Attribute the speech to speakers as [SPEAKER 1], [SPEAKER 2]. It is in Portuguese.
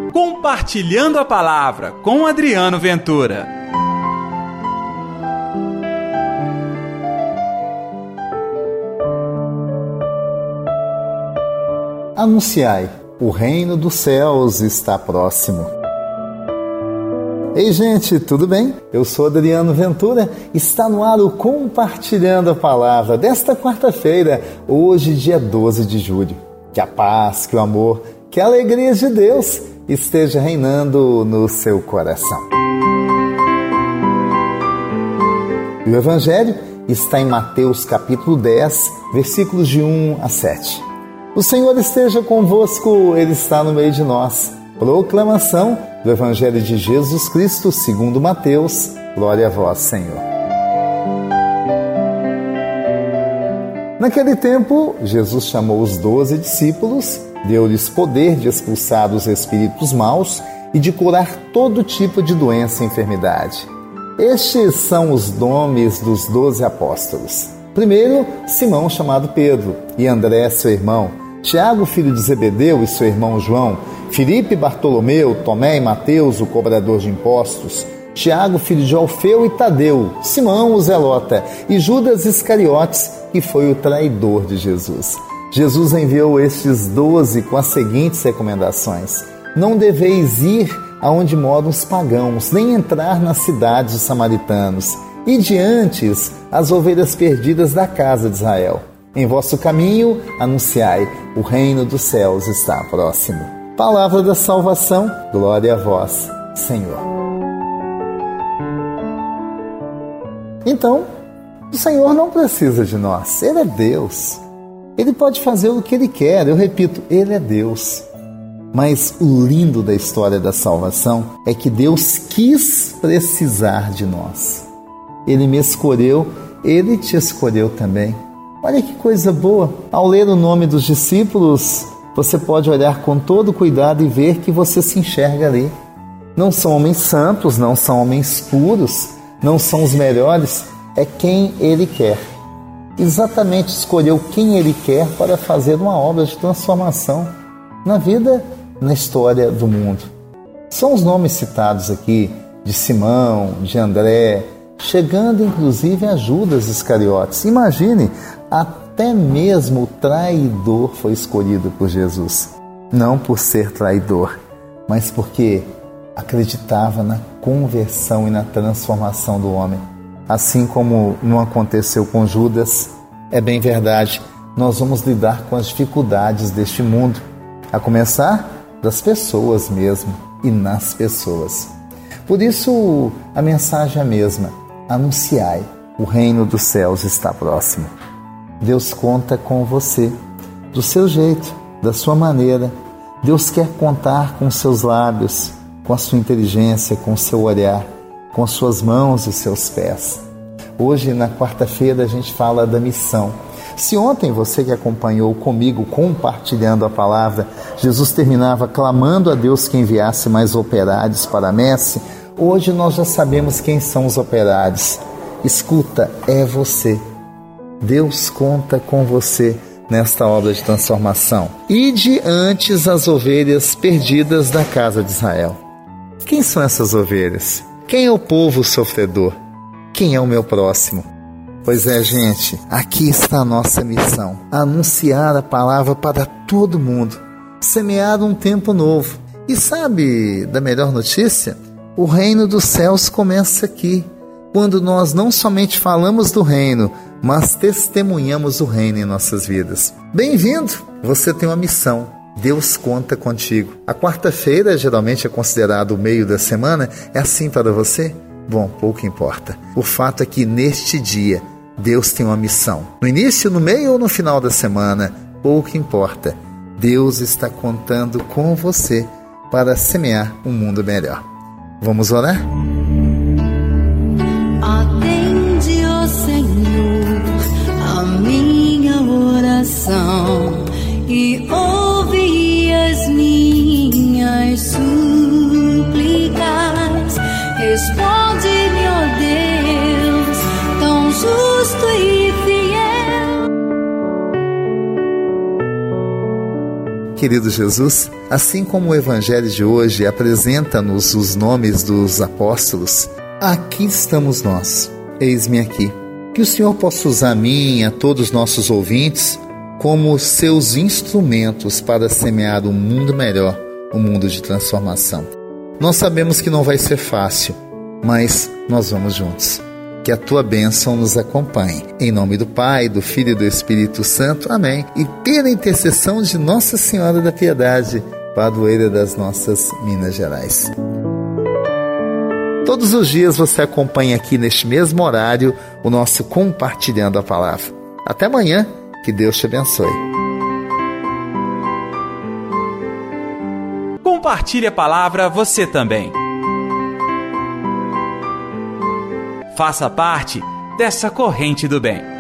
[SPEAKER 1] Compartilhando a Palavra com Adriano Ventura.
[SPEAKER 2] Anunciai, o reino dos céus está próximo. Ei, gente, tudo bem? Eu sou Adriano Ventura, está no ar o Compartilhando a Palavra desta quarta-feira, hoje, dia 12 de julho. Que a paz, que o amor, que a alegria de Deus esteja reinando no seu coração. O Evangelho está em Mateus capítulo 10, versículos de 1 a 7. O Senhor esteja convosco, Ele está no meio de nós. Proclamação do Evangelho de Jesus Cristo segundo Mateus. Glória a vós, Senhor. Naquele tempo, Jesus chamou os 12 discípulos, deu-lhes poder de expulsar os espíritos maus e de curar todo tipo de doença e enfermidade. Estes são os nomes dos 12 apóstolos. Primeiro, Simão, chamado Pedro, e André, seu irmão, Tiago, filho de Zebedeu, e seu irmão João, Filipe, Bartolomeu, Tomé e Mateus, o cobrador de impostos, Tiago, filho de Alfeu, e Tadeu, Simão, o Zelota, e Judas Iscariotes, que foi o traidor de Jesus. Jesus enviou estes 12 com as seguintes recomendações: não deveis ir aonde moram os pagãos, nem entrar nas cidades dos samaritanos, e diante as ovelhas perdidas da casa de Israel. Em vosso caminho, anunciai, o reino dos céus está próximo. Palavra da salvação, glória a vós, Senhor. Então, o Senhor não precisa de nós, Ele é Deus. Ele pode fazer o que Ele quer, eu repito, Ele é Deus. Mas o lindo da história da salvação é que Deus quis precisar de nós. Ele me escolheu, Ele te escolheu também. Olha que coisa boa! Ao ler o nome dos discípulos, você pode olhar com todo cuidado e ver que você se enxerga ali. Não são homens santos, não são homens puros, não são os melhores, é quem Ele quer. Exatamente escolheu quem Ele quer para fazer uma obra de transformação na vida, na história do mundo. São os nomes citados aqui de Simão, de André, chegando inclusive a Judas Iscariotes. Imagine, até mesmo o traidor foi escolhido por Jesus. Não por ser traidor, mas porque acreditava na conversão e na transformação do homem. Assim como não aconteceu com Judas, é bem verdade, nós vamos lidar com as dificuldades deste mundo, a começar das pessoas mesmo e nas pessoas. Por isso, a mensagem é a mesma: anunciai, o reino dos céus está próximo. Deus conta com você, do seu jeito, da sua maneira. Deus quer contar com seus lábios, com a sua inteligência, com o seu olhar, com as suas mãos e seus pés. Hoje, na quarta-feira, a gente fala da missão. Se ontem você que acompanhou comigo, compartilhando a palavra, Jesus terminava clamando a Deus que enviasse mais operários para a messe, hoje nós já sabemos quem são os operários. Escuta, é você. Deus conta com você nesta obra de transformação. Ide antes as ovelhas perdidas da casa de Israel. Quem são essas ovelhas? Quem é o povo sofredor? Quem é o meu próximo? Pois é, gente, aqui está a nossa missão: anunciar a palavra para todo mundo, semear um tempo novo. E sabe da melhor notícia? O reino dos céus começa aqui, quando nós não somente falamos do reino, mas testemunhamos o reino em nossas vidas. Bem-vindo! Você tem uma missão. Deus conta contigo. A quarta-feira geralmente é considerado o meio da semana. É assim para você? Bom, pouco importa. O fato é que neste dia, Deus tem uma missão. No início, no meio ou no final da semana, pouco importa. Deus está contando com você para semear um mundo melhor. Vamos orar?
[SPEAKER 3] Atende, ó Senhor, a minha oração e ouve as minhas súplicas. Responde-me, ó Deus, tão justo e fiel.
[SPEAKER 2] Querido Jesus, assim como o Evangelho de hoje apresenta-nos os nomes dos apóstolos, aqui estamos nós. Eis-me aqui. Que o Senhor possa usar a mim e a todos os nossos ouvintes como seus instrumentos para semear um mundo melhor, um mundo de transformação. Nós sabemos que não vai ser fácil, mas nós vamos juntos. Que a tua bênção nos acompanhe. Em nome do Pai, do Filho e do Espírito Santo. Amém. E pela intercessão de Nossa Senhora da Piedade, padroeira das nossas Minas Gerais. Todos os dias você acompanha aqui neste mesmo horário o nosso Compartilhando a Palavra. Até amanhã, que Deus te abençoe.
[SPEAKER 1] Compartilhe a palavra você também. Faça parte dessa corrente do bem.